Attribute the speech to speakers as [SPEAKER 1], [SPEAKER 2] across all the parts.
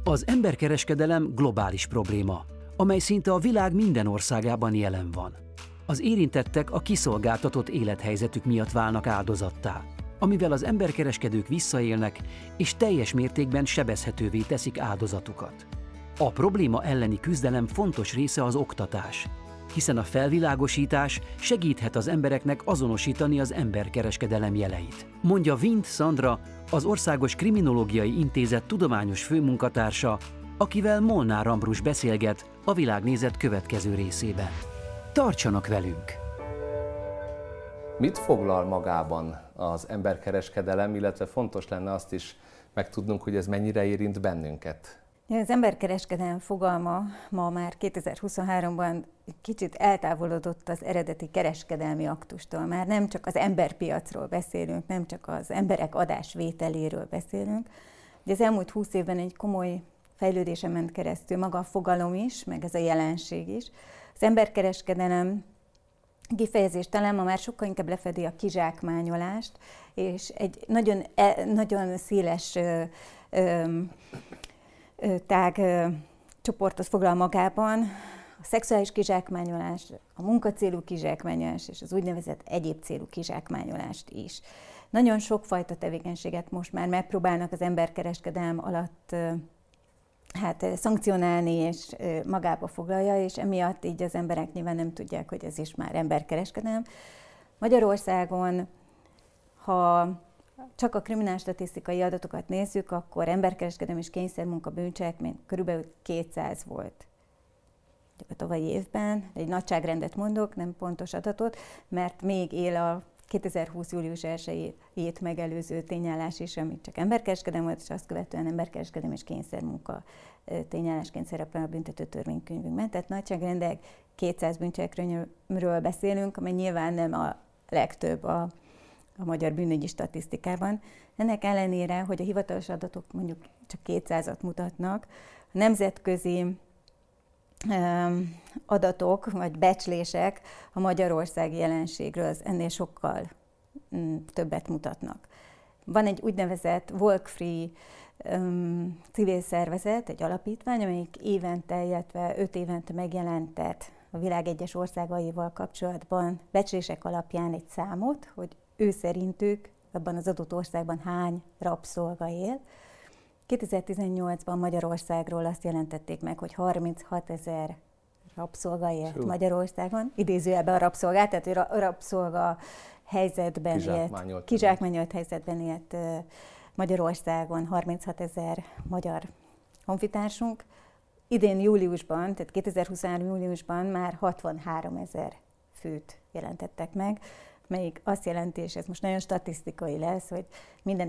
[SPEAKER 1] Az emberkereskedelem globális probléma, amely szinte a világ minden országában jelen van. Az érintettek a kiszolgáltatott élethelyzetük miatt válnak áldozattá, amivel az emberkereskedők visszaélnek és teljes mértékben sebezhetővé teszik áldozatukat. A probléma elleni küzdelem fontos része az oktatás, hiszen a felvilágosítás segíthet az embereknek azonosítani az emberkereskedelem jeleit. Mondja Vint Szandra, az Országos Kriminológiai Intézet tudományos főmunkatársa, akivel Molnár Ambrus beszélget a Világnézet következő részében. Tartsanak velünk!
[SPEAKER 2] Mit foglal magában az emberkereskedelem, illetve fontos lenne azt is megtudnunk, hogy ez mennyire érint bennünket?
[SPEAKER 3] Az emberkereskedelem fogalma ma már 2023-ban kicsit eltávolodott az eredeti kereskedelmi aktustól. Már nem csak az emberpiacról beszélünk, nem csak az emberek adásvételéről beszélünk. De az elmúlt 20 évben egy komoly fejlődésen ment keresztül maga a fogalom is, meg ez a jelenség is. Az emberkereskedelem kifejezés talán ma már sokkal inkább lefedi a kizsákmányolást, és egy nagyon széles tág csoportot foglal magában, a szexuális kizsákmányolás, a munkacélú kizsákmányolás és az úgynevezett egyéb célú kizsákmányolást is. Nagyon sokfajta tevékenységet most már megpróbálnak az emberkereskedelem alatt szankcionálni és magába foglalja, és emiatt így az emberek nyilván nem tudják, hogy ez is már emberkereskedelem. Magyarországon, ha csak a kriminálstatisztikai adatokat nézzük, akkor emberkereskedelem és kényszermunka bűncselekmény körülbelül 200 volt a tavalyi évben. Egy nagyságrendet mondok, nem pontos adatot, mert még él a 2020. július 1-ét megelőző tényállás is, ami csak emberkereskedelem volt, és azt követően emberkereskedelem és kényszermunka tényállásként szerepel a büntető törvénykönyvünkben. Tehát nagyságrendek 200 bűncselekményről beszélünk, amely nyilván nem a legtöbb a magyar bűnügyi statisztikában. Ennek ellenére, hogy a hivatalos adatok mondjuk csak 200-at mutatnak, a nemzetközi adatok vagy becslések a magyarországi jelenségről az ennél sokkal többet mutatnak. Van egy úgynevezett Walk Free civil szervezet, egy alapítvány, amelyik évente, illetve 5 évente megjelentet a világ egyes országaival kapcsolatban becslések alapján egy számot, hogy ő szerintük abban az adott országban hány rabszolga él. 2018-ban Magyarországról azt jelentették meg, hogy 36 000 rabszolga élt Magyarországon. Idézőjelben a rabszolgát, tehát a rabszolga helyzetben élt, kizsákmányolt helyzetben élt Magyarországon 36 000 magyar honfitársunk. Idén júliusban, tehát 2023 júliusban már 63 000 főt jelentettek meg, melyik azt jelenti, és ez most nagyon statisztikai lesz, hogy minden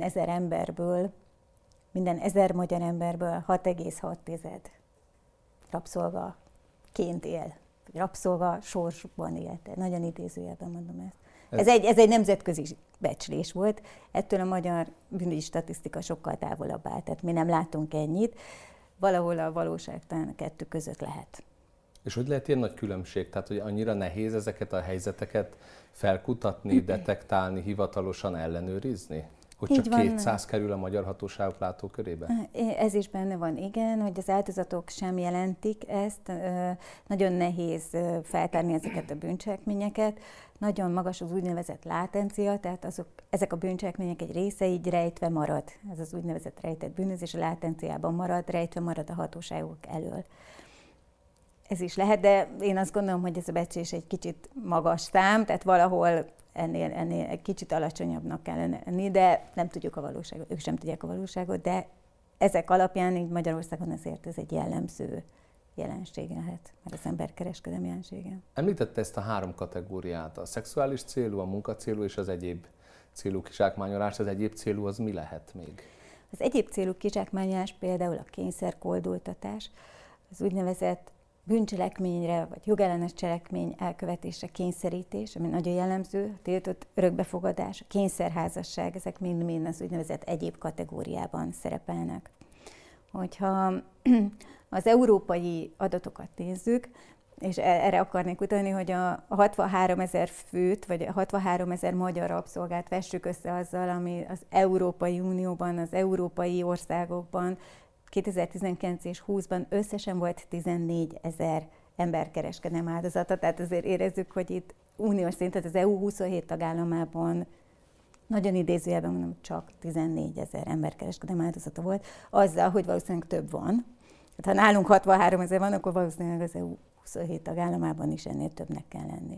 [SPEAKER 3] 1000 magyar emberből 6,6 rabszolgaként él. Rabszolga sorsban él. Nagyon idézőjelben mondom ezt. Ez egy nemzetközi becslés volt. Ettől a magyar bűnügyi statisztika sokkal távolabb áll. Tehát mi nem látunk ennyit. Valahol a valóság talán a kettő között lehet.
[SPEAKER 2] És hogy lehet ilyen nagy különbség? Tehát, hogy annyira nehéz ezeket a helyzeteket felkutatni, detektálni, hivatalosan ellenőrizni? Hogy csak 200 kerül a magyar hatóságok látókörébe?
[SPEAKER 3] Ez is benne van, igen, hogy az áldozatok sem jelentik ezt. Nagyon nehéz feltárni ezeket a bűncselekményeket. Nagyon magas az úgynevezett látencia, tehát ezek a bűncselekmények egy része így rejtve marad. Ez az úgynevezett rejtett bűnözés a látenciában marad, rejtve marad a hatóságok elől. Ez is lehet, de én azt gondolom, hogy ez a becslés egy kicsit magas szám, tehát valahol ennél egy kicsit alacsonyabbnak kellene lenni, de nem tudjuk a valóságot, ők sem tudják a valóságot, de ezek alapján így Magyarországon azért ez egy jellemző jelenség lehet, mert az emberkereskedelem jelensége.
[SPEAKER 2] Említette ezt a 3 kategóriát, a szexuális célú, a munkacélú és az egyéb célú kizsákmányolás. Az egyéb célú az mi lehet még?
[SPEAKER 3] Az egyéb célú kizsákmányolás például a kényszerkoldultatás, az úgynevezett bűncselekményre vagy jogellenes cselekmény elkövetésre kényszerítés, ami nagyon jellemző, a tiltott örökbefogadás, a kényszerházasság, ezek mind-mind az úgynevezett egyéb kategóriában szerepelnek. Hogyha az európai adatokat nézzük, és erre akarnék utalni, hogy a 63 000 főt, vagy a 63 000 magyar rabszolgát vessük össze azzal, ami az Európai Unióban, az európai országokban 2019 és 20-ban összesen volt 14 000 emberkereskedelem áldozata, tehát azért érezzük, hogy itt uniós szinten az EU 27 tagállamában nagyon idézőjelben mondom, csak 14 000 emberkereskedelem áldozata volt, azzal, hogy valószínűleg több van. Hát, ha nálunk 63 000 van, akkor valószínűleg az EU 27 tagállamában is ennél többnek kell lenni.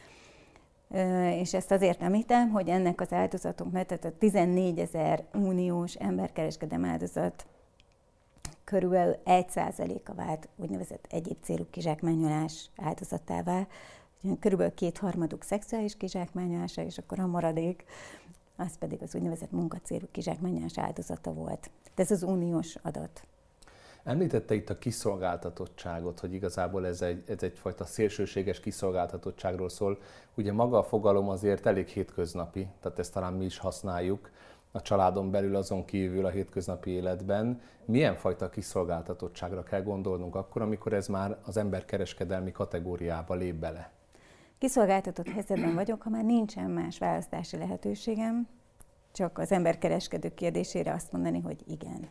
[SPEAKER 3] És ezt azért említem, hogy ennek az áldozatoknak, tehát a 14 000 uniós emberkereskedelem áldozat körülbelül 1%-a vált úgynevezett egyéb célú kizsákmányolás áldozatává. Körülbelül 2/3 szexuális kizsákmányolása, és akkor a maradék, az pedig az úgynevezett munkacélú kizsákmányolás áldozata volt. Ez az uniós adat.
[SPEAKER 2] Említette itt a kiszolgáltatottságot, hogy igazából ez egyfajta szélsőséges kiszolgáltatottságról szól. Ugye maga a fogalom azért elég hétköznapi, tehát ezt talán mi is használjuk a családon belül, azon kívül a hétköznapi életben. Milyen fajta kiszolgáltatottságra kell gondolnunk akkor, amikor ez már az emberkereskedelmi kategóriába lép bele?
[SPEAKER 3] Kiszolgáltatott helyzetben vagyok, ha már nincsen más választási lehetőségem, csak az emberkereskedő kérdésére azt mondani, hogy igen.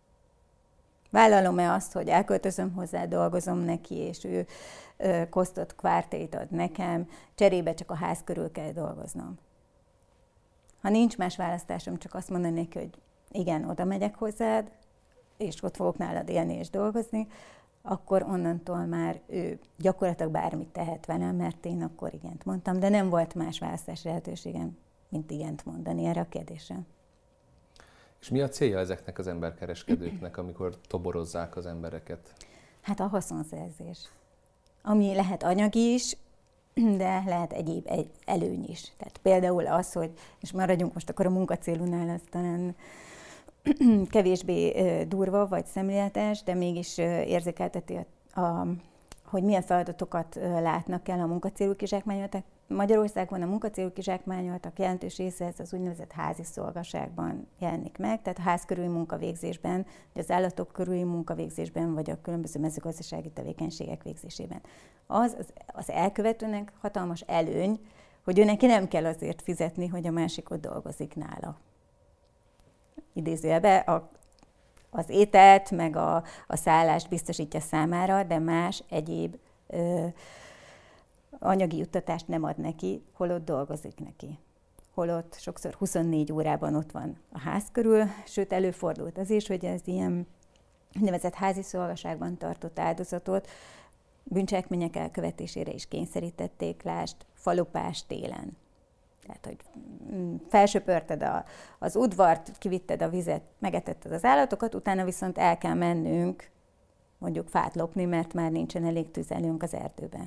[SPEAKER 3] Vállalom-e azt, hogy elköltözöm hozzá, dolgozom neki, és ő kosztott kvártéit ad nekem, cserébe csak a ház körül kell dolgoznom. Ha nincs más választásom, csak azt mondani neki, hogy igen, oda megyek hozzád, és ott fogok nálad élni és dolgozni, akkor onnantól már ő gyakorlatilag bármit tehet velem, mert én akkor igent mondtam, de nem volt más választási lehetőségem, mint igent mondani erre a kérdésre.
[SPEAKER 2] És mi a célja ezeknek az emberkereskedőknek, amikor toborozzák az embereket?
[SPEAKER 3] Hát a haszonszerzés. Ami lehet anyagi is, de lehet egyéb előny is. Tehát például az, hogy, és maradjunk most akkor a munkacélunál, az talán kevésbé durva vagy szemléletes, de mégis érzékelteti, hogy milyen feladatokat látnak el a munkacélú kizsákmányoltak. Magyarországon a munkacélú kizsákmányoltak jelentős része ez az úgynevezett házi szolgaságban jelenik meg, tehát a ház körüli munkavégzésben, vagy az állatok körüli munkavégzésben, vagy a különböző mezőgazdasági tevékenységek végzésében. Az elkövetőnek hatalmas előny, hogy ő neki nem kell azért fizetni, hogy a másik ott dolgozik nála. Idézőjelben az ételt, meg a szállást biztosítja számára, de más egyéb anyagi juttatást nem ad neki, holott dolgozik neki. Holott sokszor 24 órában ott van a ház körül, sőt előfordult az is, hogy ez ilyen nevezett házi szolgaságban tartott áldozatot bűncselekmények elkövetésére is kényszerítették, lásd, falupás télen. Tehát, hogy felsöpörted az udvart, kivitted a vizet, megetetted az állatokat, utána viszont el kell mennünk, mondjuk fát lopni, mert már nincsen elég tüzelőnk az erdőben.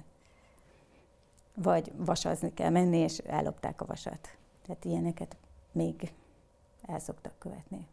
[SPEAKER 3] Vagy vasazni kell menni, és ellopták a vasat. Tehát ilyeneket még el szoktak követni.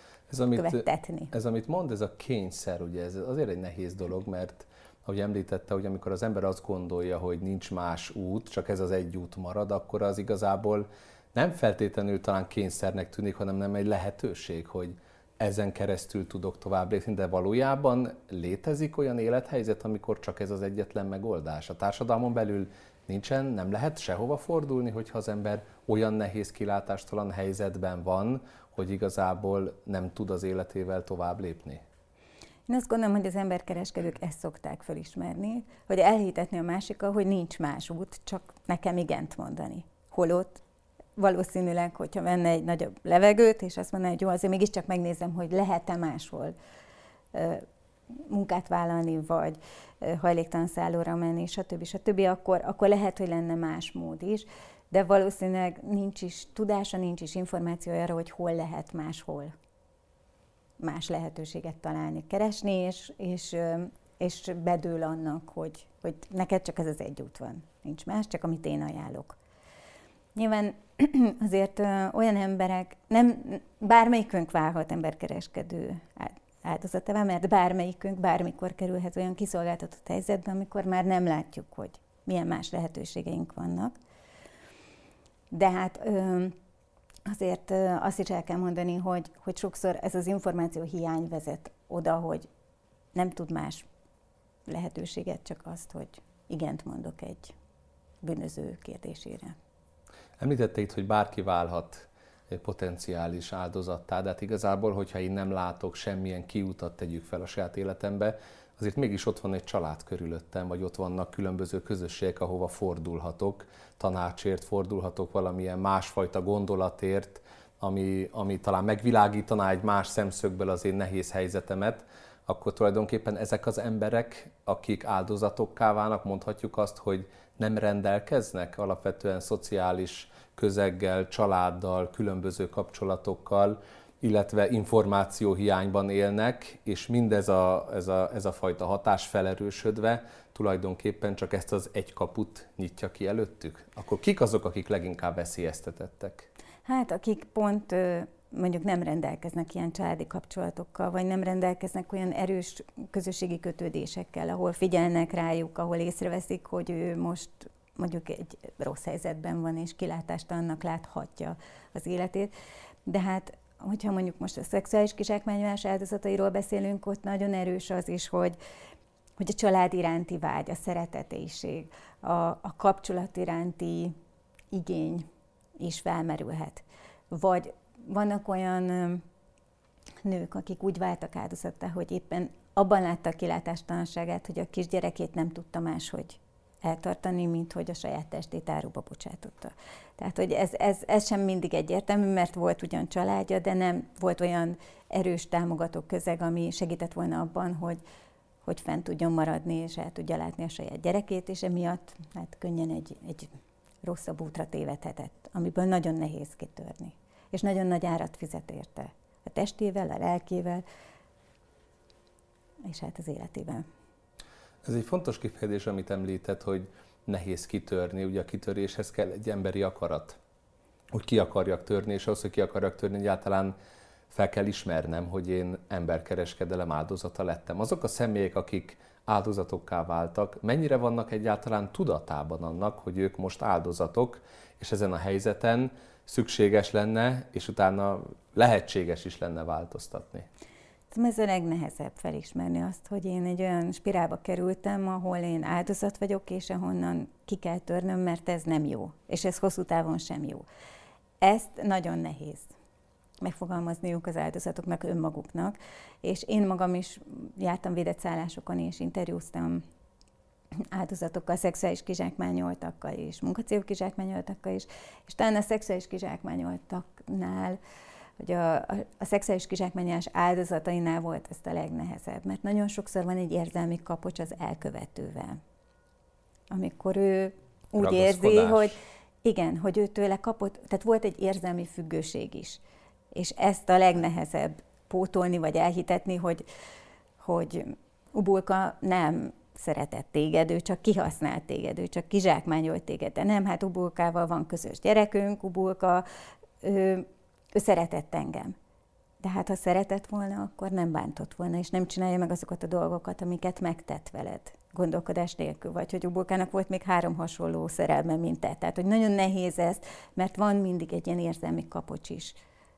[SPEAKER 2] Ez, amit mond, ez a kényszer, ugye ez azért egy nehéz dolog, mert ahogy említette, hogy amikor az ember azt gondolja, hogy nincs más út, csak ez az egy út marad, akkor az igazából nem feltétlenül talán kényszernek tűnik, hanem nem egy lehetőség, hogy ezen keresztül tudok tovább lépni, de valójában létezik olyan élethelyzet, amikor csak ez az egyetlen megoldás. A társadalmon belül nem lehet sehova fordulni, hogyha az ember olyan nehéz kilátástalan helyzetben van, hogy igazából nem tud az életével tovább lépni.
[SPEAKER 3] Én azt gondolom, hogy az emberkereskedők ezt szokták felismerni, hogy elhitetni a másikkal, hogy nincs más út, csak nekem igent mondani. Holott valószínűleg, hogyha venne egy nagyobb levegőt, és azt mondaná, hogy jó, azért mégiscsak megnézem, hogy lehet-e máshol munkát vállalni, vagy hajléktalan szállóra menni, stb., akkor lehet, hogy lenne más mód is, de valószínűleg nincs is tudása, nincs is információ arra, hogy hol lehet máshol más lehetőséget találni, keresni, és bedől annak, hogy neked csak ez az egy út van, nincs más, csak amit én ajánlok. Nyilván azért olyan emberek, bármelyikünk válhat emberkereskedő áldozatává, mert bármelyikünk bármikor kerülhet olyan kiszolgáltatott helyzetbe, amikor már nem látjuk, hogy milyen más lehetőségeink vannak. De hát azért azt is el kell mondani, hogy sokszor ez az információ hiány vezet oda, hogy nem tud más lehetőséget, csak azt, hogy igent mondok egy bűnöző kérdésére.
[SPEAKER 2] Említette itt, hogy bárki válhat egy potenciális áldozattá. De hát igazából, hogyha én nem látok semmilyen kiutat, tegyük fel a saját életembe, azért mégis ott van egy család körülöttem, vagy ott vannak különböző közösségek, ahova fordulhatok, tanácsért fordulhatok, valamilyen másfajta gondolatért, ami talán megvilágítaná egy más szemszögből az én nehéz helyzetemet, akkor tulajdonképpen ezek az emberek, akik áldozatokká válnak, mondhatjuk azt, hogy nem rendelkeznek alapvetően szociális közeggel, családdal, különböző kapcsolatokkal, illetve információhiányban élnek, és mindez ez a fajta hatás felerősödve tulajdonképpen csak ezt az egy kaput nyitja ki előttük? Akkor kik azok, akik leginkább veszélyeztetettek?
[SPEAKER 3] Hát akik pont mondjuk nem rendelkeznek ilyen családi kapcsolatokkal, vagy nem rendelkeznek olyan erős közösségi kötődésekkel, ahol figyelnek rájuk, ahol észreveszik, hogy ő most mondjuk egy rossz helyzetben van, és kilátástalannak láthatja az életét. De hát, hogyha mondjuk most a szexuális kizsákmányolás áldozatairól beszélünk, ott nagyon erős az is, hogy a család iránti vágy, a szeretetéség, a kapcsolat iránti igény is felmerülhet. Vagy vannak olyan nők, akik úgy váltak áldozattá, hogy éppen abban látta a kilátástalanságát, hogy a kisgyerekét nem tudta máshogy eltartani, mint hogy a saját testét áruba bocsátotta. Tehát, hogy ez sem mindig egyértelmű, mert volt ugyan családja, de nem volt olyan erős támogató közeg, ami segített volna abban, hogy fent tudjon maradni, és el tudja látni a saját gyerekét, és emiatt hát könnyen egy rosszabb útra tévedhetett, amiből nagyon nehéz kitörni. És nagyon nagy árat fizet érte. A testével, a lelkével, és hát az életében.
[SPEAKER 2] Ez egy fontos kifejezés, amit említett, hogy nehéz kitörni. Ugye a kitöréshez kell egy emberi akarat, hogy ki akarjak törni, és ahhoz, hogy ki akarjak törni, egyáltalán fel kell ismernem, hogy én emberkereskedelem áldozata lettem. Azok a személyek, akik áldozatokká váltak, mennyire vannak egyáltalán tudatában annak, hogy ők most áldozatok, és ezen a helyzeten szükséges lenne, és utána lehetséges is lenne változtatni?
[SPEAKER 3] Ez a legnehezebb felismerni azt, hogy én egy olyan spirálba kerültem, ahol én áldozat vagyok, és ahonnan ki kell törnöm, mert ez nem jó, és ez hosszú távon sem jó. Ezt nagyon nehéz megfogalmazniuk az áldozatoknak, önmaguknak, és én magam is jártam védett szállásokon, és interjúztam áldozatokkal, szexuális kizsákmányoltakkal és munkacélú kizsákmányoltakkal is, és talán a szexuális kizsákmányoltaknál, hogy a szexuális kizsákmányolás áldozatainál volt ez a legnehezebb, mert nagyon sokszor van egy érzelmi kapocs az elkövetővel. Amikor ő úgy érzi, hogy igen, hogy ő tőle kapott, tehát volt egy érzelmi függőség is. És ezt a legnehezebb pótolni, vagy elhitetni, hogy Ubulka nem szeretett téged, ő csak kihasznált téged, ő csak kizsákmányolt téged. De nem, hát Ubulkával van közös gyerekünk, Ubulka, ő szeretett engem. De hát ha szeretett volna, akkor nem bántott volna, és nem csinálja meg azokat a dolgokat, amiket megtett veled, gondolkodás nélkül. Vagy hogy Ubulkának volt még 3 hasonló szerelme, mint te. Tehát, hogy nagyon nehéz ez, mert van mindig egy ilyen érzelmi kapocs is.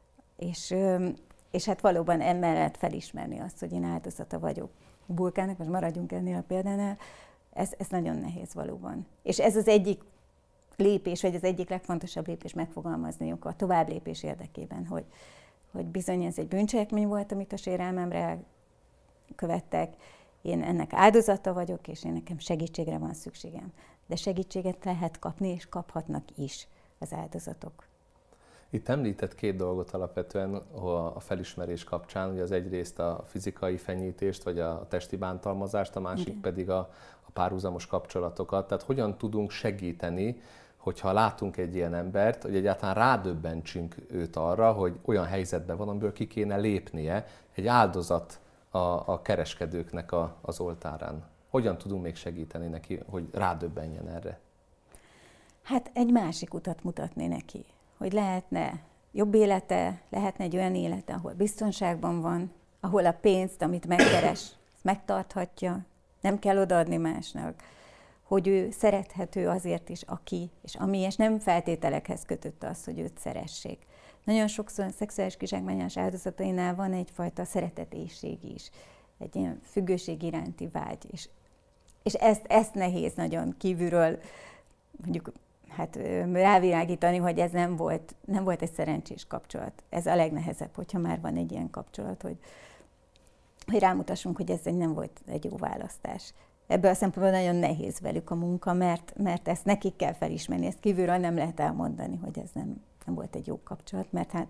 [SPEAKER 3] És hát valóban emellett felismerni azt, hogy én áldozata vagyok Ubulkának, most maradjunk ennél a példánál, ez nagyon nehéz valóban. És ez az egyik lépés, vagy az egyik legfontosabb lépés megfogalmazniuk a tovább lépés érdekében, hogy bizony ez egy bűncselekmény volt, amit a sérelmemre követtek, én ennek áldozata vagyok, és én nekem segítségre van szükségem. De segítséget lehet kapni, és kaphatnak is az áldozatok.
[SPEAKER 2] Itt említett 2 dolgot alapvetően a felismerés kapcsán, ugye az egyrészt a fizikai fenyítést, vagy a testi bántalmazást, a másik pedig a párhuzamos kapcsolatokat. Tehát hogyan tudunk segíteni, hogyha látunk egy ilyen embert, hogy egyáltalán rádöbbentsünk őt arra, hogy olyan helyzetben van, amiből ki kéne lépnie, egy áldozat a kereskedőknek az oltárán. Hogyan tudunk még segíteni neki, hogy rádöbbenjen erre?
[SPEAKER 3] Hát egy másik utat mutatni neki, hogy lehetne jobb élete, lehetne egy olyan élete, ahol biztonságban van, ahol a pénzt, amit megkeres, megtarthatja, nem kell odaadni másnak, hogy ő szerethető azért is, aki és ami, és nem feltételekhez kötött az, hogy őt szeressék. Nagyon sokszor a szexuális kizsákmányolás áldozatainál van egyfajta szeretetésség is, egy ilyen függőség iránti vágy, és ezt nehéz nagyon kívülről mondjuk rávilágítani, hogy ez nem volt egy szerencsés kapcsolat. Ez a legnehezebb, hogyha már van egy ilyen kapcsolat, hogy rámutassunk, hogy ez nem volt egy jó választás. Ebből a szempontból nagyon nehéz velük a munka, mert ezt nekik kell felismerni, ezt kívülről nem lehet elmondani, hogy ez nem volt egy jó kapcsolat, mert hát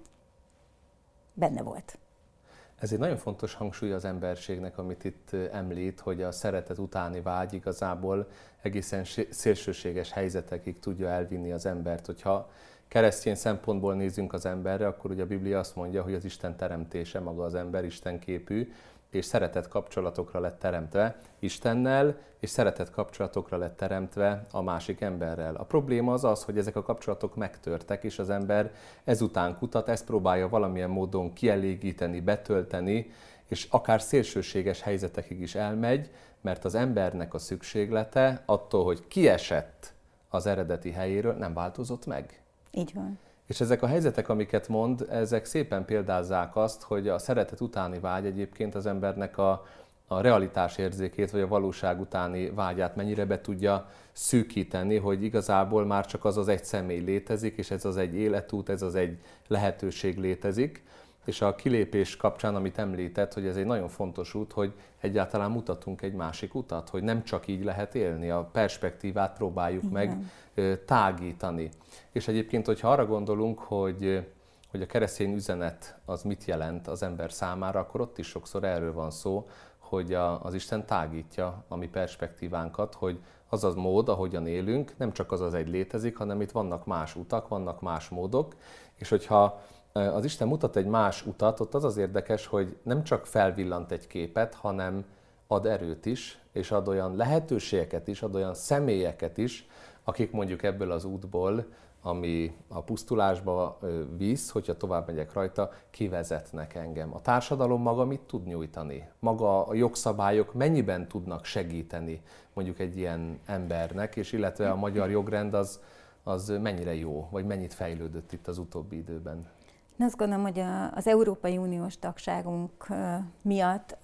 [SPEAKER 3] benne volt.
[SPEAKER 2] Ez egy nagyon fontos hangsúly az emberségnek, amit itt említ, hogy a szeretet utáni vágy igazából egészen szélsőséges helyzetekig tudja elvinni az embert. Hogyha keresztény szempontból nézünk az emberre, akkor ugye a Biblia azt mondja, hogy az Isten teremtése maga az ember, Isten képű, és szeretett kapcsolatokra lett teremtve Istennel, és szeretett kapcsolatokra lett teremtve a másik emberrel. A probléma az, hogy ezek a kapcsolatok megtörtek, és az ember ezután kutat, ezt próbálja valamilyen módon kielégíteni, betölteni, és akár szélsőséges helyzetekig is elmegy, mert az embernek a szükséglete attól, hogy kiesett az eredeti helyéről, nem változott meg.
[SPEAKER 3] Így van.
[SPEAKER 2] És ezek a helyzetek, amiket mond, ezek szépen példázzák azt, hogy a szeretet utáni vágy egyébként az embernek a realitásérzékét, vagy a valóság utáni vágyát mennyire be tudja szűkíteni, hogy igazából már csak az egy személy létezik, és ez az egy életút, ez az egy lehetőség létezik. És a kilépés kapcsán, amit említett, hogy ez egy nagyon fontos út, hogy egyáltalán mutatunk egy másik utat, hogy nem csak így lehet élni, a perspektívát próbáljuk meg tágítani. És egyébként, hogyha arra gondolunk, hogy a keresztény üzenet az mit jelent az ember számára, akkor ott is sokszor erről van szó, hogy az Isten tágítja a mi perspektívánkat, hogy az a mód, ahogyan élünk, nem csak az egy létezik, hanem itt vannak más utak, vannak más módok, és hogyha az Isten mutat egy más utat, ott az érdekes, hogy nem csak felvillant egy képet, hanem ad erőt is, és ad olyan lehetőségeket is, ad olyan személyeket is, akik mondjuk ebből az útból, ami a pusztulásba visz, hogyha tovább megyek rajta, kivezetnek engem. A társadalom maga mit tud nyújtani? Maga a jogszabályok mennyiben tudnak segíteni mondjuk egy ilyen embernek, és illetve a magyar jogrend az mennyire jó, vagy mennyit fejlődött itt az utóbbi időben?
[SPEAKER 3] Én azt gondolom, hogy az Európai Uniós tagságunk miatt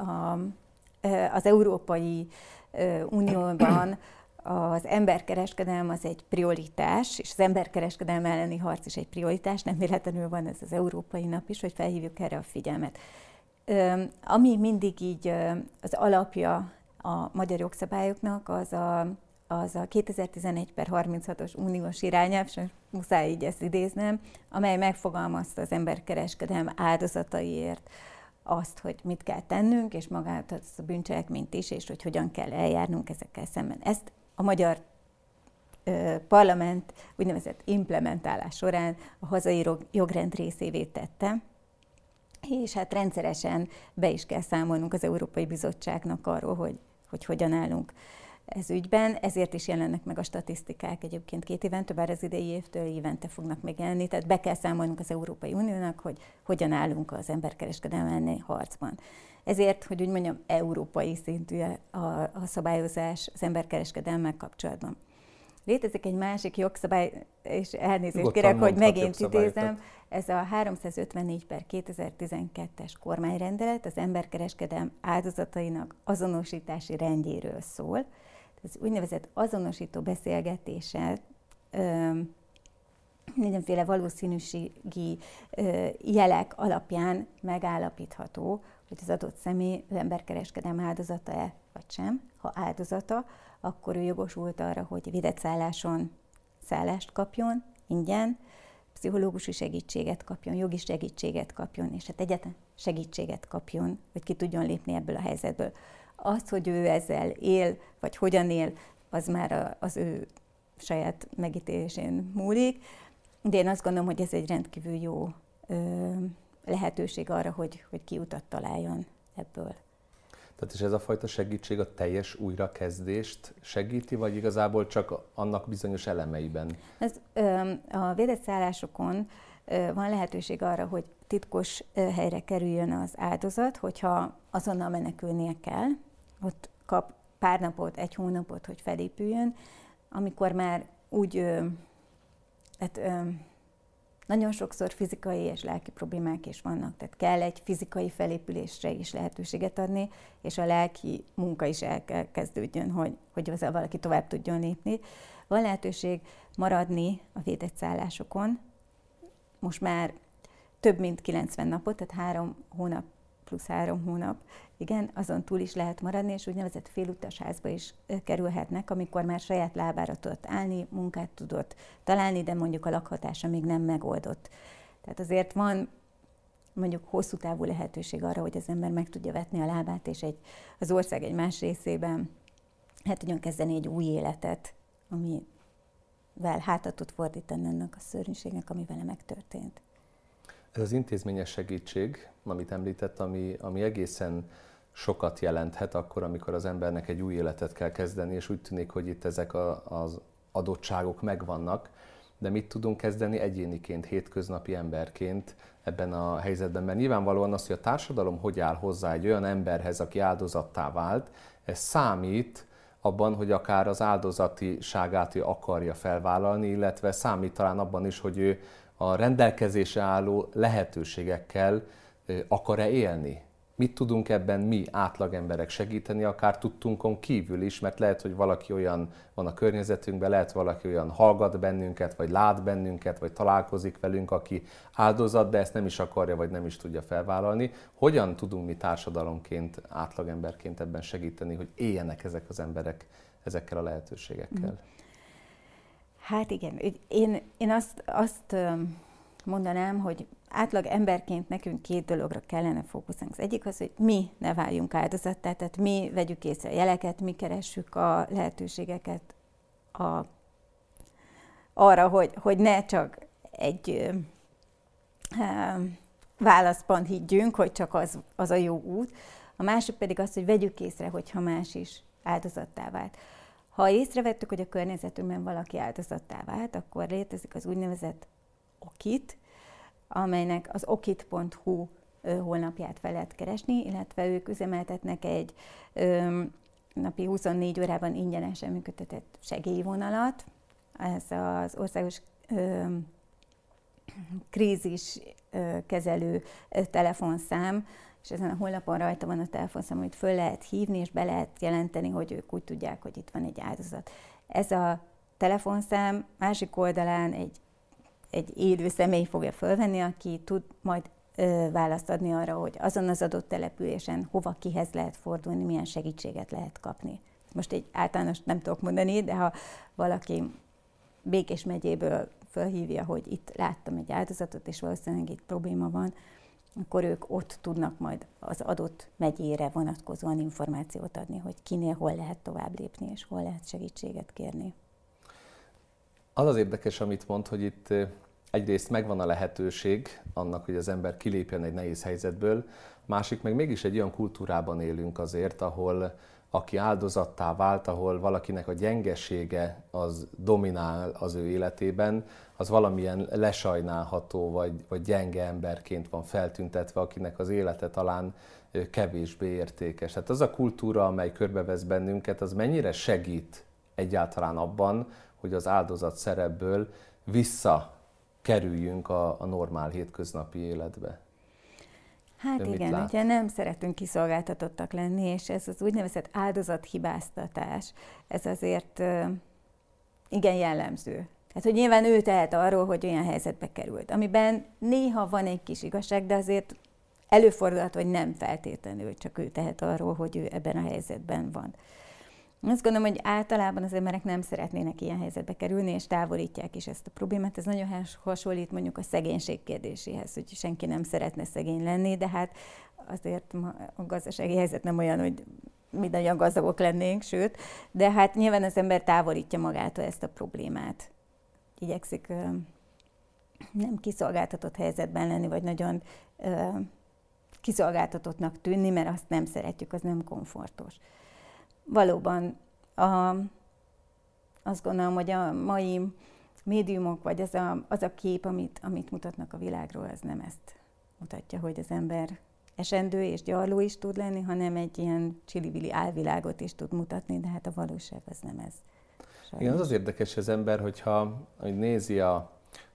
[SPEAKER 3] az Európai Unióban az emberkereskedelem az egy prioritás, és az emberkereskedelem elleni harc is egy prioritás, nem véletlenül van ez az Európai Nap is, hogy felhívjuk erre a figyelmet. Ami mindig így az alapja a magyar jogszabályoknak, az a 2011/36-os uniós irányelv, és muszáj így ezt idéznem, amely megfogalmazta az emberkereskedelem áldozataiért azt, hogy mit kell tennünk, és magát az a bűncselekményt is, és hogy hogyan kell eljárnunk ezekkel szemben. Ezt a magyar parlament úgynevezett implementálás során a hazai jogrend részévé tette, és hát rendszeresen be is kell számolnunk az Európai Bizottságnak arról, hogy hogyan állunk ez ügyben, ezért is jelennek meg a statisztikák egyébként 2 évente, bár az idei évtől évente fognak megjelenni, tehát be kell számolnunk az Európai Uniónak, hogy hogyan állunk az emberkereskedelem elleni harcban. Ezért, hogy úgy mondjam, európai szintű a szabályozás az emberkereskedelemmel kapcsolatban. Létezik egy másik jogszabály, és elnézést kérek, hogy megint idézem, ez a 354/2012-es kormányrendelet az emberkereskedelem áldozatainak azonosítási rendjéről szól. Ez úgynevezett azonosító beszélgetéssel mindenféle valószínűségi jelek alapján megállapítható, hogy az adott személy az emberkereskedelem áldozata-e vagy sem. Ha áldozata, akkor ő jogosult arra, hogy védett szálláson szállást kapjon, ingyen, pszichológusi segítséget kapjon, jogi segítséget kapjon, és hát egyáltalán segítséget kapjon, hogy ki tudjon lépni ebből a helyzetből. Az, hogy ő ezzel él, vagy hogyan él, az már az ő saját megítélésén múlik, de én azt gondolom, hogy ez egy rendkívül jó lehetőség arra, hogy kiutat találjon ebből.
[SPEAKER 2] Tehát és ez a fajta segítség a teljes újrakezdést segíti, vagy igazából csak annak bizonyos elemeiben?
[SPEAKER 3] A védett szállásokon van lehetőség arra, hogy titkos helyre kerüljön az áldozat, hogyha azonnal menekülnie kell, ott kap pár napot, 1 hónapot, hogy felépüljön, amikor már úgy Nagyon sokszor fizikai és lelki problémák is vannak, tehát kell egy fizikai felépülésre is lehetőséget adni, és a lelki munka is el kell kezdődjön, hogy azzal valaki tovább tudjon lépni. Van lehetőség maradni a védett szállásokon, most már több mint 90 napot, tehát 3 hónap plusz 3 hónap, igen, azon túl is lehet maradni, és úgynevezett félutasházba is kerülhetnek, amikor már saját lábára tudott állni, munkát tudott találni, de mondjuk a lakhatása még nem megoldott. Tehát azért van mondjuk hosszú távú lehetőség arra, hogy az ember meg tudja vetni a lábát, és az ország egy más részében tudjon kezdeni egy új életet, amivel hátat tud fordítani annak a szörnyűségnek, ami vele megtörtént.
[SPEAKER 2] Ez az intézményes segítség, amit említett, ami egészen sokat jelenthet akkor, amikor az embernek egy új életet kell kezdeni, és úgy tűnik, hogy itt ezek az adottságok megvannak, de mit tudunk kezdeni egyéniként, hétköznapi emberként ebben a helyzetben? Mert nyilvánvalóan az, hogy a társadalom hogy áll hozzá egy olyan emberhez, aki áldozattá vált, ez számít abban, hogy akár az áldozatiságát ő akarja felvállalni, illetve számít talán abban is, hogy ő a rendelkezésre álló lehetőségekkel akar-e élni. Mit tudunk ebben mi, átlagemberek segíteni, akár tudtunkon kívül is, mert lehet, hogy valaki olyan van a környezetünkben, lehet valaki olyan hallgat bennünket, vagy lát bennünket, vagy találkozik velünk, aki áldozat, de ezt nem is akarja, vagy nem is tudja felvállalni. Hogyan tudunk mi társadalomként, átlagemberként ebben segíteni, hogy éljenek ezek az emberek ezekkel a lehetőségekkel?
[SPEAKER 3] Hát igen, én azt mondanám, hogy átlag emberként nekünk 2 dologra kellene fókuszálni. Az egyik az, hogy mi ne váljunk áldozattá, tehát mi vegyük észre a jeleket, mi keressük a lehetőségeket arra, hogy ne csak egy válaszban higgyünk, hogy csak az a jó út. A másik pedig az, hogy vegyük észre, hogyha más is áldozattá vált. Ha észrevettük, hogy a környezetünkben valaki áldozattá vált, akkor létezik az úgynevezett OKIT, amelynek az okit.hu honlapját fel lehet keresni, illetve ők üzemeltetnek egy napi 24 órában ingyenesen működtetett segélyvonalat. Ez az országos kríziskezelő telefonszám, és ezen a honlapon rajta van a telefonszám, amit föl lehet hívni, és be lehet jelenteni, hogy ők úgy tudják, hogy itt van egy áldozat. Ez a telefonszám másik oldalán egy élő személy fogja fölvenni, aki tud majd választ adni arra, hogy azon az adott településen hova, kihez lehet fordulni, milyen segítséget lehet kapni. Most egy általános nem tudok mondani, de ha valaki Békés megyéből fölhívja, hogy itt láttam egy áldozatot, és valószínűleg itt probléma van, akkor ők ott tudnak majd az adott megyére vonatkozóan információt adni, hogy kinél hol lehet tovább lépni, és hol lehet segítséget kérni.
[SPEAKER 2] Az az érdekes, amit mond, hogy itt egyrészt megvan a lehetőség annak, hogy az ember kilépjen egy nehéz helyzetből, másik meg mégis egy olyan kultúrában élünk azért, ahol aki áldozattá vált, ahol valakinek a gyengesége az dominál az ő életében, az valamilyen lesajnálható vagy gyenge emberként van feltüntetve, akinek az élete talán kevésbé értékes. Tehát az a kultúra, amely körbevesz bennünket, az mennyire segít egyáltalán abban, hogy az áldozat szerepből visszakerüljünk a normál hétköznapi életbe?
[SPEAKER 3] Hát igen, ugye nem szeretünk kiszolgáltatottak lenni, és ez az úgynevezett áldozathibáztatás, ez azért igen jellemző. Tehát, hogy nyilván ő tehet arról, hogy olyan helyzetbe került, amiben néha van egy kis igazság, de azért előfordulhat, hogy nem feltétlenül csak ő tehet arról, hogy ő ebben a helyzetben van. Azt gondolom, hogy általában az emberek nem szeretnének ilyen helyzetbe kerülni, és távolítják is ezt a problémát. Ez nagyon hasonlít mondjuk a szegénység kérdéséhez, hogy senki nem szeretne szegény lenni, de hát azért a gazdasági helyzet nem olyan, hogy mindannyian gazdagok lennénk, sőt, de hát nyilván az ember távolítja magától ezt a problémát. Igyekszik nem kiszolgáltatott helyzetben lenni, vagy nagyon kiszolgáltatottnak tűnni, mert azt nem szeretjük, az nem komfortos. Valóban azt gondolom, hogy a mai médiumok, vagy az a kép, amit mutatnak a világról, az nem ezt mutatja, hogy az ember esendő és gyarló is tud lenni, hanem egy ilyen csili-bili álvilágot is tud mutatni, de hát a valóság az nem ez.
[SPEAKER 2] Igen, az érdekes az ember, hogy nézi a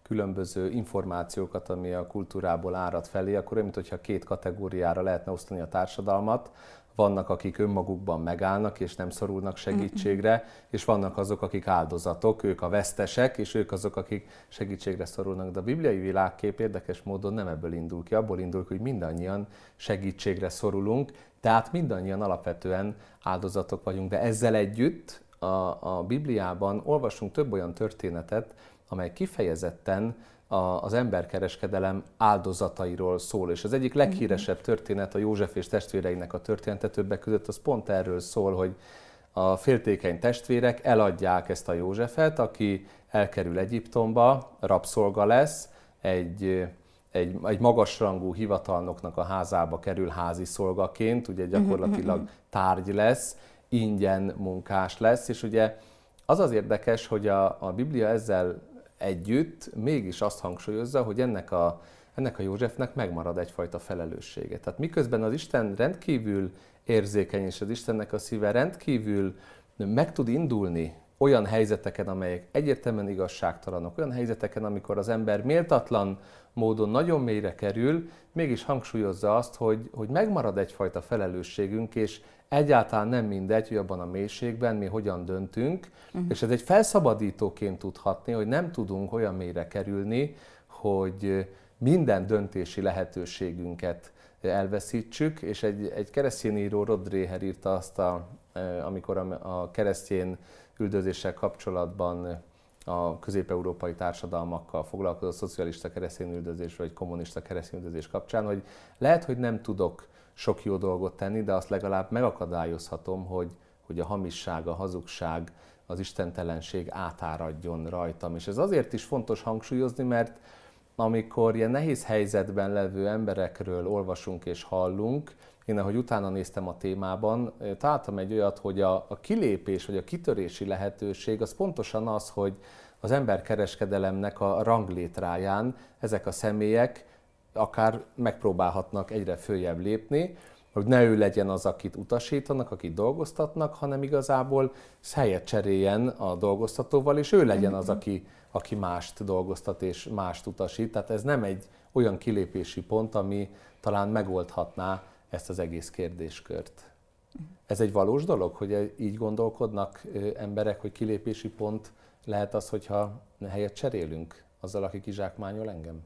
[SPEAKER 2] különböző információkat, ami a kultúrából árad felé, akkor olyan, mintha két kategóriára lehetne osztani a társadalmat. Vannak, akik önmagukban megállnak, és nem szorulnak segítségre, és vannak azok, akik áldozatok, ők a vesztesek, és ők azok, akik segítségre szorulnak. De a bibliai világkép érdekes módon nem ebből indul ki, abból indul ki, hogy mindannyian segítségre szorulunk, tehát mindannyian alapvetően áldozatok vagyunk. De ezzel együtt a Bibliában olvasunk több olyan történetet, amely kifejezetten az emberkereskedelem áldozatairól szól. És az egyik leghíresebb történet a József és testvéreinek a története, többek között az pont erről szól, hogy a féltékeny testvérek eladják ezt a Józsefet, aki elkerül Egyiptomba, rabszolga lesz, egy magasrangú hivatalnoknak a házába kerül házi szolgaként, ugye gyakorlatilag tárgy lesz, ingyen munkás lesz, és ugye az az érdekes, hogy a Biblia ezzel együtt mégis azt hangsúlyozza, hogy ennek a Józsefnek megmarad egyfajta felelőssége. Tehát miközben az Isten rendkívül érzékeny, és az Istennek a szíve rendkívül meg tud indulni olyan helyzeteken, amelyek egyértelműen igazságtalanok, olyan helyzeteken, amikor az ember méltatlan módon nagyon mélyre kerül, mégis hangsúlyozza azt, hogy megmarad egyfajta felelősségünk, és egyáltalán nem mindegy, hogy abban a mélységben mi hogyan döntünk, és ez egy felszabadítóként tud hatni, hogy nem tudunk olyan mélyre kerülni, hogy minden döntési lehetőségünket elveszítsük, és egy keresztény író, Rod Dreher írta azt, amikor a keresztény üldözéssel kapcsolatban a közép-európai társadalmakkal foglalkozó szocialista keresztényüldözés vagy kommunista keresztényüldözés kapcsán, hogy lehet, hogy nem tudok sok jó dolgot tenni, de azt legalább megakadályozhatom, hogy a hamisság, a hazugság, az istentelenség átáradjon rajtam. És ez azért is fontos hangsúlyozni, mert amikor ilyen nehéz helyzetben levő emberekről olvasunk és hallunk, én ahogy utána néztem a témában, találtam egy olyat, hogy a kilépés vagy a kitörési lehetőség az pontosan az, hogy az emberkereskedelemnek a ranglétráján ezek a személyek akár megpróbálhatnak egyre följebb lépni, hogy ne ő legyen az, akit utasítanak, akit dolgoztatnak, hanem igazából helyet cseréljen a dolgoztatóval, és ő legyen az, aki mást dolgoztat és mást utasít. Tehát ez nem egy olyan kilépési pont, ami talán megoldhatná ezt az egész kérdéskört. Ez egy valós dolog, hogy így gondolkodnak emberek, hogy kilépési pont lehet az, hogyha helyet cserélünk azzal, aki kizsákmányol engem?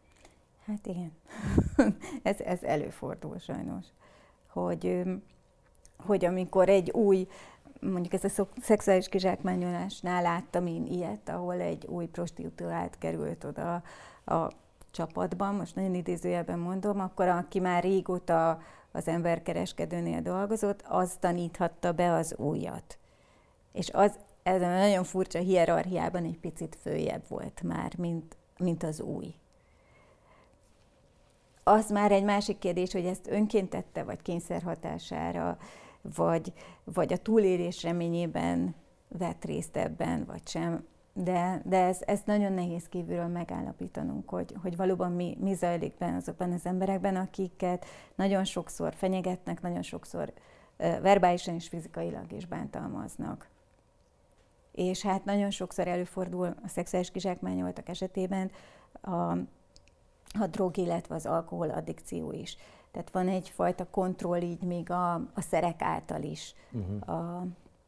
[SPEAKER 3] Hát igen, ez előfordul sajnos, hogy amikor egy új, mondjuk ez a szexuális kizsákmányolásnál láttam én ilyet, ahol egy új prostituált került oda a csapatban, most nagyon idézőjelben mondom, akkor aki már régóta az emberkereskedőnél dolgozott, az taníthatta be az újat. És az ezen a nagyon furcsa hierarchiában egy picit följebb volt már, mint az új. Az már egy másik kérdés, hogy ezt önként tette, vagy kényszerhatására, vagy a túlélés reményében vett részt ebben, vagy sem. De ez nagyon nehéz kívülről megállapítanunk, hogy valóban mi zajlik benne azokban az emberekben, akiket nagyon sokszor fenyegetnek, nagyon sokszor verbálisan és fizikailag is bántalmaznak. És hát nagyon sokszor előfordul a szexuális kizsákmányoltak esetében a drog, illetve az alkohol addikció is. Tehát van egyfajta kontroll így még a szerek által is a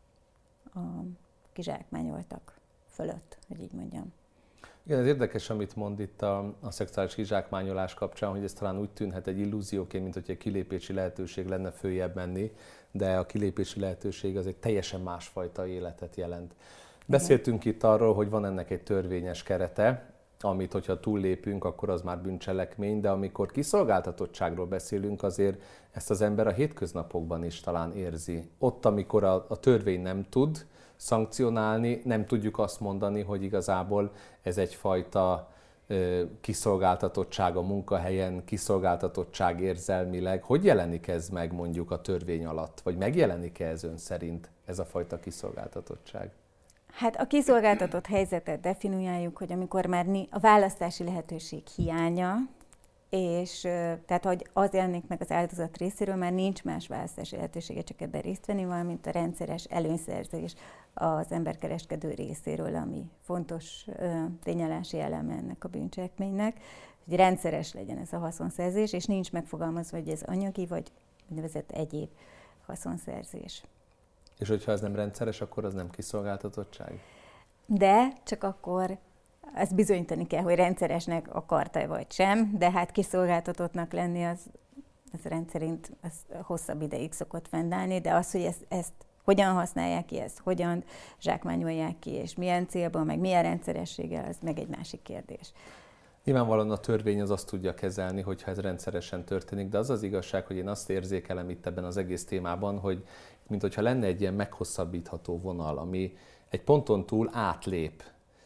[SPEAKER 3] kizsákmányoltak fölött, hogy így mondjam.
[SPEAKER 2] Igen, ez érdekes, amit mond itt a szexuális kizsákmányolás kapcsán, hogy ez talán úgy tűnhet egy illúzióként, mint hogy egy kilépési lehetőség lenne följebb menni, de a kilépési lehetőség az egy teljesen másfajta életet jelent. Beszéltünk itt arról, hogy van ennek egy törvényes kerete, amit, hogyha túllépünk, akkor az már bűncselekmény, de amikor kiszolgáltatottságról beszélünk, azért ezt az ember a hétköznapokban is talán érzi. Ott, amikor a törvény nem tud szankcionálni, nem tudjuk azt mondani, hogy igazából ez egyfajta kiszolgáltatottság a munkahelyen, kiszolgáltatottság érzelmileg. Hogy jelenik ez meg mondjuk a törvény alatt? Vagy megjelenik-e ez ön szerint ez a fajta kiszolgáltatottság?
[SPEAKER 3] Hát a kiszolgáltatott helyzetet definiáljuk, hogy amikor már a választási lehetőség hiánya és tehát, hogy az jelenik meg az áldozat részéről, már nincs más választási lehetősége csak ebben részt venni, valamint a rendszeres előnyszerzés az emberkereskedő részéről, ami fontos tényállási eleme ennek a bűncselekménynek, hogy rendszeres legyen ez a haszonszerzés, és nincs megfogalmazva, hogy ez anyagi vagy úgynevezett egyéb haszonszerzés.
[SPEAKER 2] És hogyha ez nem rendszeres, akkor az nem kiszolgáltatottság?
[SPEAKER 3] De csak akkor ezt bizonyítani kell, hogy rendszeresnek akarta vagy sem, de hát kiszolgáltatottnak lenni az rendszerint az hosszabb ideig szokott fennállni, de az, hogy ezt hogyan használják ki, ezt hogyan zsákmányolják ki, és milyen célban, meg milyen rendszerességgel, az meg egy másik kérdés.
[SPEAKER 2] Nyilvánvalóan a törvény az azt tudja kezelni, hogyha ez rendszeresen történik, de az az igazság, hogy én azt érzékelem itt ebben az egész témában, hogy minthogyha lenne egy ilyen meghosszabbítható vonal, ami egy ponton túl átlép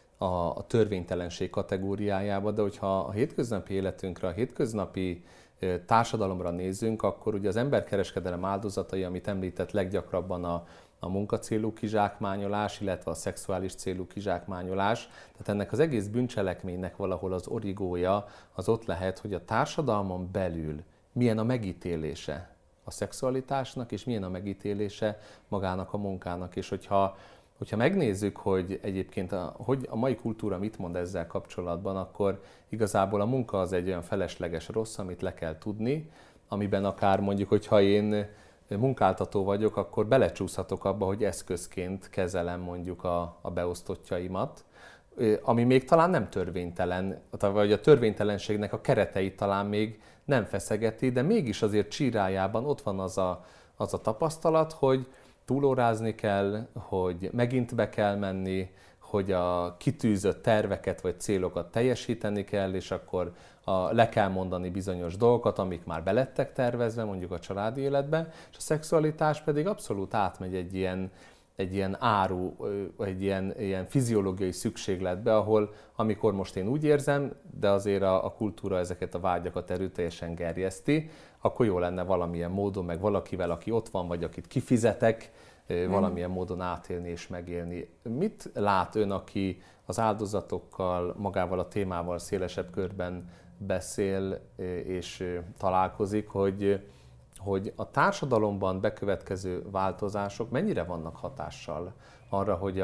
[SPEAKER 2] a törvénytelenség kategóriájába, de hogyha a hétköznapi életünkre, a hétköznapi társadalomra nézünk, akkor ugye az emberkereskedelem áldozatai, amit említett leggyakrabban a munkacélú kizsákmányolás, illetve a szexuális célú kizsákmányolás. Tehát ennek az egész bűncselekménynek valahol az origója az ott lehet, hogy a társadalmon belül milyen a megítélése a szexualitásnak, és milyen a megítélése magának a munkának. És hogyha megnézzük, hogy egyébként hogy a mai kultúra mit mond ezzel kapcsolatban, akkor igazából a munka az egy olyan felesleges rossz, amit le kell tudni, amiben akár mondjuk, hogyha én munkáltató vagyok, akkor belecsúszhatok abba, hogy eszközként kezelem mondjuk a beosztottjaimat, ami még talán nem törvénytelen, vagy a törvénytelenségnek a kereteit talán még nem feszegeti, de mégis azért csírájában ott van az a tapasztalat, hogy túlórázni kell, hogy megint be kell menni, hogy a kitűzött terveket vagy célokat teljesíteni kell, és akkor le kell mondani bizonyos dolgokat, amik már belettek tervezve, mondjuk a családi életben, és a szexualitás pedig abszolút átmegy egy ilyen áru, egy ilyen fiziológiai szükségletbe, ahol amikor most én úgy érzem, de azért a kultúra ezeket a vágyakat erőteljesen gerjeszti, akkor jó lenne valamilyen módon, meg valakivel, aki ott van, vagy akit kifizetek, valamilyen módon átélni és megélni. Mit lát ön, aki az áldozatokkal, magával a témával szélesebb körben beszél és találkozik, hogy a társadalomban bekövetkező változások mennyire vannak hatással arra, hogy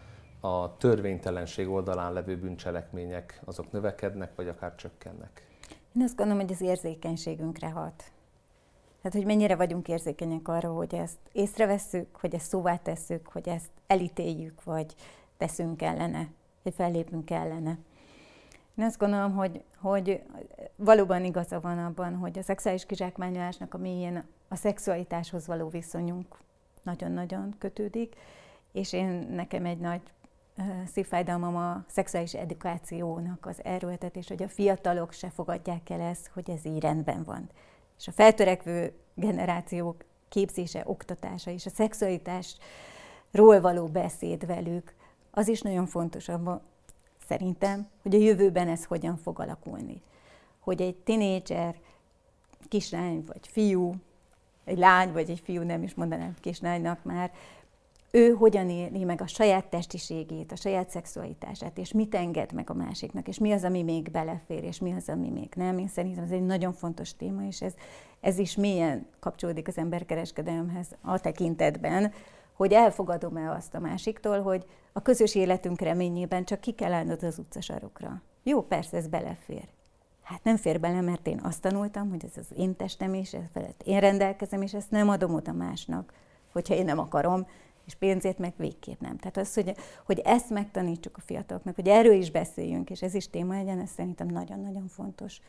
[SPEAKER 2] a törvénytelenség oldalán levő bűncselekmények azok növekednek, vagy akár csökkennek?
[SPEAKER 3] Én azt gondolom, hogy az érzékenységünkre hat. Tehát, hogy mennyire vagyunk érzékenyek arra, hogy ezt észrevesszük, hogy ezt szóvá tesszük, hogy ezt elítéljük, vagy teszünk ellene, vagy fellépünk ellene. Én azt gondolom, hogy valóban igaza van abban, hogy a szexuális kizsákmányolásnak a mélyén a szexualitáshoz való viszonyunk nagyon-nagyon kötődik, és nekem egy nagy szívfájdalmam a szexuális edukációnak az erőltetés, hogy a fiatalok se fogadják el ezt, hogy ez így rendben van. És a feltörekvő generációk képzése, oktatása és a szexualitásról való beszéd velük, az is nagyon fontos abban, szerintem, hogy a jövőben ez hogyan fog alakulni. Hogy egy tinédzser, kislány vagy fiú, egy lány vagy egy fiú, nem is mondanám kislánynak már, ő hogyan éli meg a saját testiségét, a saját szexualitását, és mit enged meg a másiknak, és mi az, ami még belefér, és mi az, ami még nem. Én szerintem ez egy nagyon fontos téma, és ez is mélyen kapcsolódik az emberkereskedelemhez a tekintetben, hogy elfogadom-e azt a másiktól, hogy a közös életünk reményében csak ki kell állnod az utcasarokra. Jó, persze, ez belefér. Hát nem fér bele, mert én azt tanultam, hogy ez az én testem is, ez felett én rendelkezem, és ezt nem adom oda másnak, hogyha én nem akarom, és pénzét meg végképp nem. Tehát az, hogy ezt megtanítsuk a fiataloknak, hogy erről is beszéljünk, és ez is téma legyen, ez szerintem nagyon-nagyon fontos.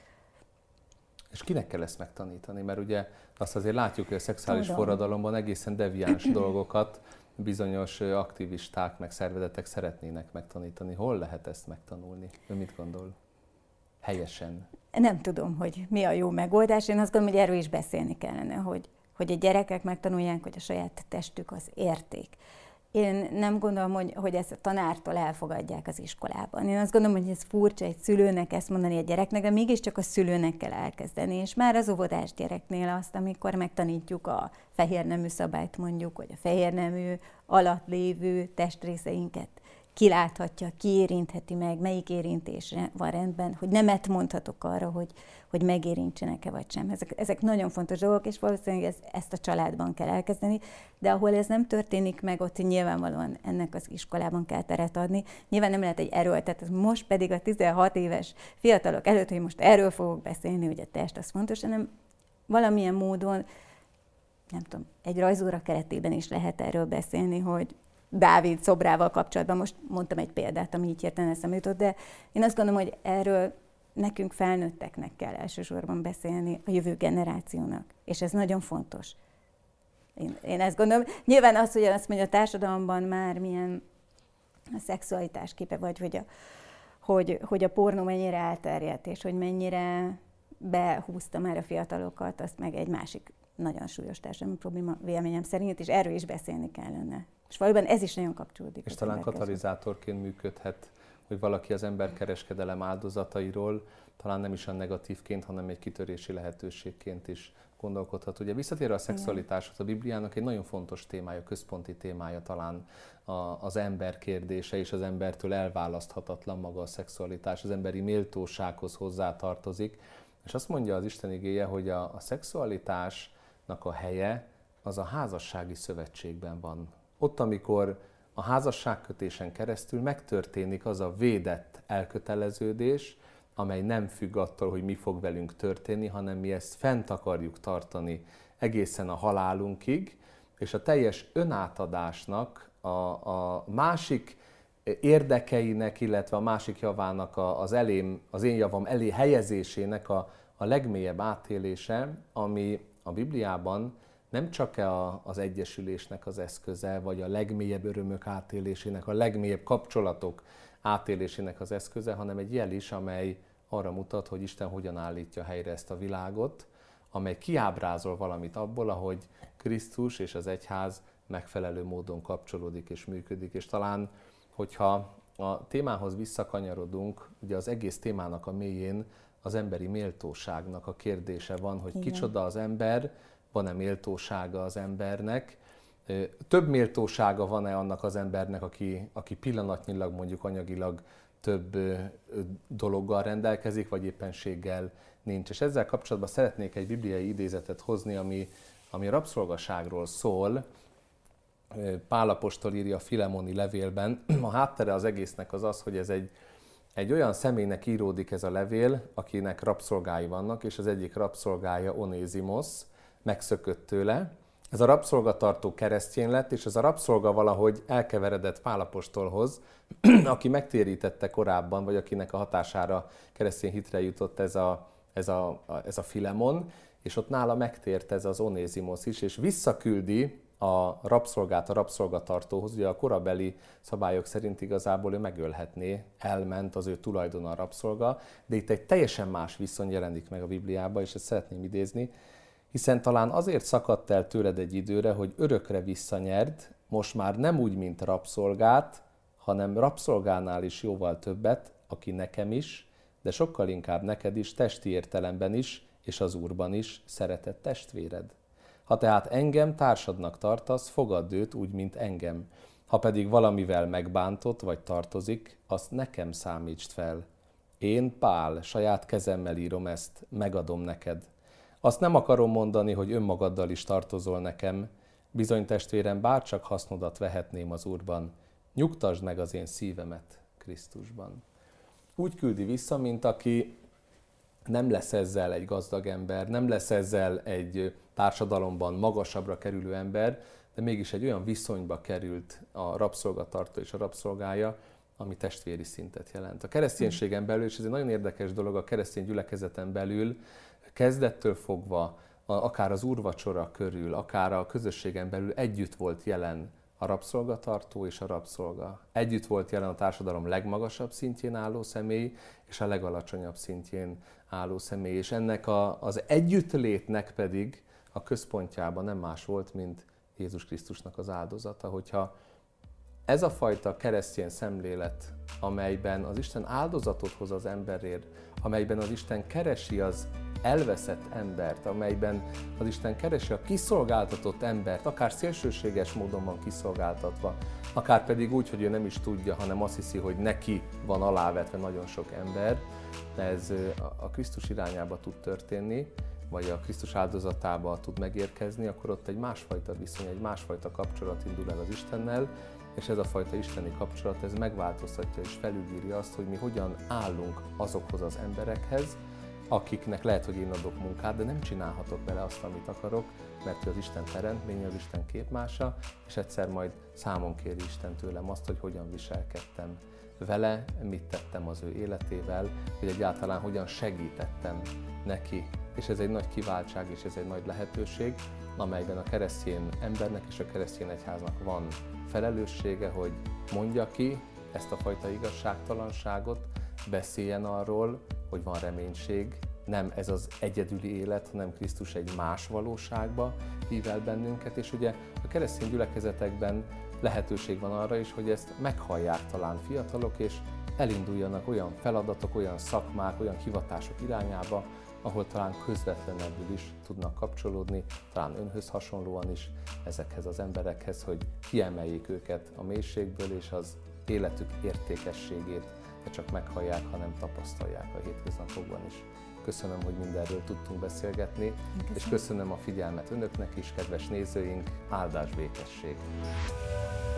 [SPEAKER 2] És kinek kell ezt megtanítani? Mert ugye azt azért látjuk, hogy a szexuális forradalomban egészen deviáns dolgokat bizonyos aktivisták, meg szervezetek szeretnének megtanítani. Hol lehet ezt megtanulni? Ön mit gondol? Helyesen.
[SPEAKER 3] Nem tudom, hogy mi a jó megoldás. Én azt gondolom, hogy erről is beszélni kellene, hogy a gyerekek megtanulják, hogy a saját testük az érték. Én nem gondolom, hogy ezt a tanártól elfogadják az iskolában. Én azt gondolom, hogy ez furcsa egy szülőnek ezt mondani a gyereknek, de mégiscsak a szülőnek kell elkezdeni. És már az óvodás gyereknél azt, amikor megtanítjuk a fehérnemű szabályt mondjuk, vagy a fehérnemű alatt lévő testrészeinket kiláthatja, ki érintheti meg, melyik érintés van rendben, hogy nemet mondhatok arra, hogy megérintsenek-e vagy sem. Ezek nagyon fontos dolgok, és valószínűleg ezt a családban kell elkezdeni, de ahol ez nem történik meg, ott nyilvánvalóan ennek az iskolában kell teret adni. Nyilván nem lehet egy erőltet, most pedig a 16 éves fiatalok előtt, hogy most erről fogok beszélni, hogy a test az fontos, hanem valamilyen módon, nem tudom, egy rajzóra keretében is lehet erről beszélni, hogy Dávid szobrával kapcsolatban, most mondtam egy példát, ami így hirtelen eszembe jutott, de én azt gondolom, hogy erről nekünk felnőtteknek kell elsősorban beszélni, a jövő generációnak, és ez nagyon fontos. Én ezt gondolom. Nyilván az, hogy azt mondja, a társadalomban már milyen a szexualitás képe, vagy hogy a pornó mennyire elterjedt, és hogy mennyire behúzta már a fiatalokat, azt meg egy másik nagyon súlyos társadalmi probléma véleményem szerint, és erről is beszélni kellene. És valóban ez is nagyon kapcsolódik.
[SPEAKER 2] És talán katalizátorként működhet, hogy valaki az emberkereskedelem áldozatairól talán nem is a negatívként, hanem egy kitörési lehetőségként is gondolkodhat. Ugye visszatérve a szexualitáshoz, a Bibliának egy nagyon fontos témája, központi témája talán az ember kérdése, és az embertől elválaszthatatlan maga a szexualitás, az emberi méltósághoz hozzátartozik. És azt mondja az Isten igéje, hogy a szexualitásnak a helye az a házassági szövetségben van. Ott, amikor a házasságkötésen keresztül megtörténik az a védett elköteleződés, amely nem függ attól, hogy mi fog velünk történni, hanem mi ezt fent akarjuk tartani egészen a halálunkig, és a teljes önátadásnak, a másik érdekeinek, illetve a másik javának az én javam elé helyezésének a legmélyebb átélése, ami a Bibliában nem csak az egyesülésnek az eszköze, vagy a legmélyebb örömök átélésének, a legmélyebb kapcsolatok átélésének az eszköze, hanem egy jel is, amely arra mutat, hogy Isten hogyan állítja helyre ezt a világot, amely kiábrázol valamit abból, ahogy Krisztus és az egyház megfelelő módon kapcsolódik és működik. És talán, hogyha a témához visszakanyarodunk, ugye az egész témának a mélyén az emberi méltóságnak a kérdése van, hogy kicsoda az ember, van-e méltósága az embernek, több méltósága van-e annak az embernek, aki pillanatnyilag, mondjuk anyagilag több dologgal rendelkezik, vagy éppenséggel nincs. És ezzel kapcsolatban szeretnék egy bibliai idézetet hozni, ami a rabszolgaságról szól. Pál apostol írja a Filemoni levélben. A háttere az egésznek az, hogy ez egy olyan személynek íródik ez a levél, akinek rabszolgái vannak, és az egyik rabszolgája Onézimosz, megszökött tőle. Ez a rabszolgatartó keresztény lett, és ez a rabszolga valahogy elkeveredett Pál apostolhoz, aki megtérítette korábban, vagy akinek a hatására keresztény hitre jutott ez a Filemon, és ott nála megtért ez az Onézimosz is, és visszaküldi a rabszolgát a rabszolgatartóhoz. Ugye a korabeli szabályok szerint igazából ő megölhetné, elment, az ő tulajdona a rabszolga, de itt egy teljesen más viszony jelenik meg a Bibliában, és ezt szeretném idézni, hiszen talán azért szakadt el tőled egy időre, hogy örökre visszanyerd, most már nem úgy, mint rabszolgát, hanem rabszolgánál is jóval többet, aki nekem is, de sokkal inkább neked is, testi értelemben is, és az Úrban is szeretett testvéred. Ha tehát engem társadnak tartasz, fogadd őt úgy, mint engem. Ha pedig valamivel megbántott vagy tartozik, azt nekem számítsd fel. Én, Pál, saját kezemmel írom ezt, megadom neked. Azt nem akarom mondani, hogy önmagaddal is tartozol nekem. Bizony, testvérem, bárcsak hasznodat vehetném az Úrban. Nyugtasd meg az én szívemet Krisztusban. Úgy küldi vissza, mint aki nem lesz ezzel egy gazdag ember, nem lesz ezzel egy társadalomban magasabbra kerülő ember, de mégis egy olyan viszonyba került a rabszolgatartó és a rabszolgája, ami testvéri szintet jelent. A kereszténységen belül, és ez egy nagyon érdekes dolog, a keresztény gyülekezeten belül kezdettől fogva, akár az úrvacsora körül, akár a közösségen belül együtt volt jelen a rabszolgatartó és a rabszolga. Együtt volt jelen a társadalom legmagasabb szintjén álló személy és a legalacsonyabb szintjén álló személy. És ennek az együttlétnek pedig a központjában nem más volt, mint Jézus Krisztusnak az áldozata. Hogyha ez a fajta keresztény szemlélet, amelyben az Isten áldozatot hoz az emberért, amelyben az Isten keresi az elveszett embert, amelyben az Isten keresi a kiszolgáltatott embert, akár szélsőséges módon van kiszolgáltatva, akár pedig úgy, hogy ő nem is tudja, hanem azt hiszi, hogy neki van alávetve nagyon sok ember, ez a Krisztus irányába tud történni, vagy a Krisztus áldozatába tud megérkezni, akkor ott egy másfajta viszony, egy másfajta kapcsolat indul el az Istennel, és ez a fajta isteni kapcsolat, ez megváltoztatja és felülírja azt, hogy mi hogyan állunk azokhoz az emberekhez, akiknek lehet, hogy én adok munkát, de nem csinálhatok vele azt, amit akarok, mert ő az Isten teremtménye, az Isten képmása, és egyszer majd számon kéri Isten tőlem azt, hogy hogyan viselkedtem vele, mit tettem az ő életével, hogy egyáltalán hogyan segítettem neki. És ez egy nagy kiváltság, és ez egy nagy lehetőség, amelyben a keresztény embernek és a keresztény egyháznak van felelőssége, hogy mondja ki ezt a fajta igazságtalanságot, beszéljen arról, hogy van reménység, nem ez az egyedüli élet, hanem Krisztus egy más valóságba hív el bennünket, és ugye a keresztény gyülekezetekben lehetőség van arra is, hogy ezt meghallják talán fiatalok, és elinduljanak olyan feladatok, olyan szakmák, olyan hivatások irányába, ahol talán közvetlenebbül is tudnak kapcsolódni, talán önhöz hasonlóan is ezekhez az emberekhez, hogy kiemeljék őket a mélységből, és az életük értékességét ne csak meghallják, hanem tapasztalják a hétköznapokban is. Köszönöm, hogy mindenről tudtunk beszélgetni, és köszönöm a figyelmet önöknek is, kedves nézőink, áldás, békesség!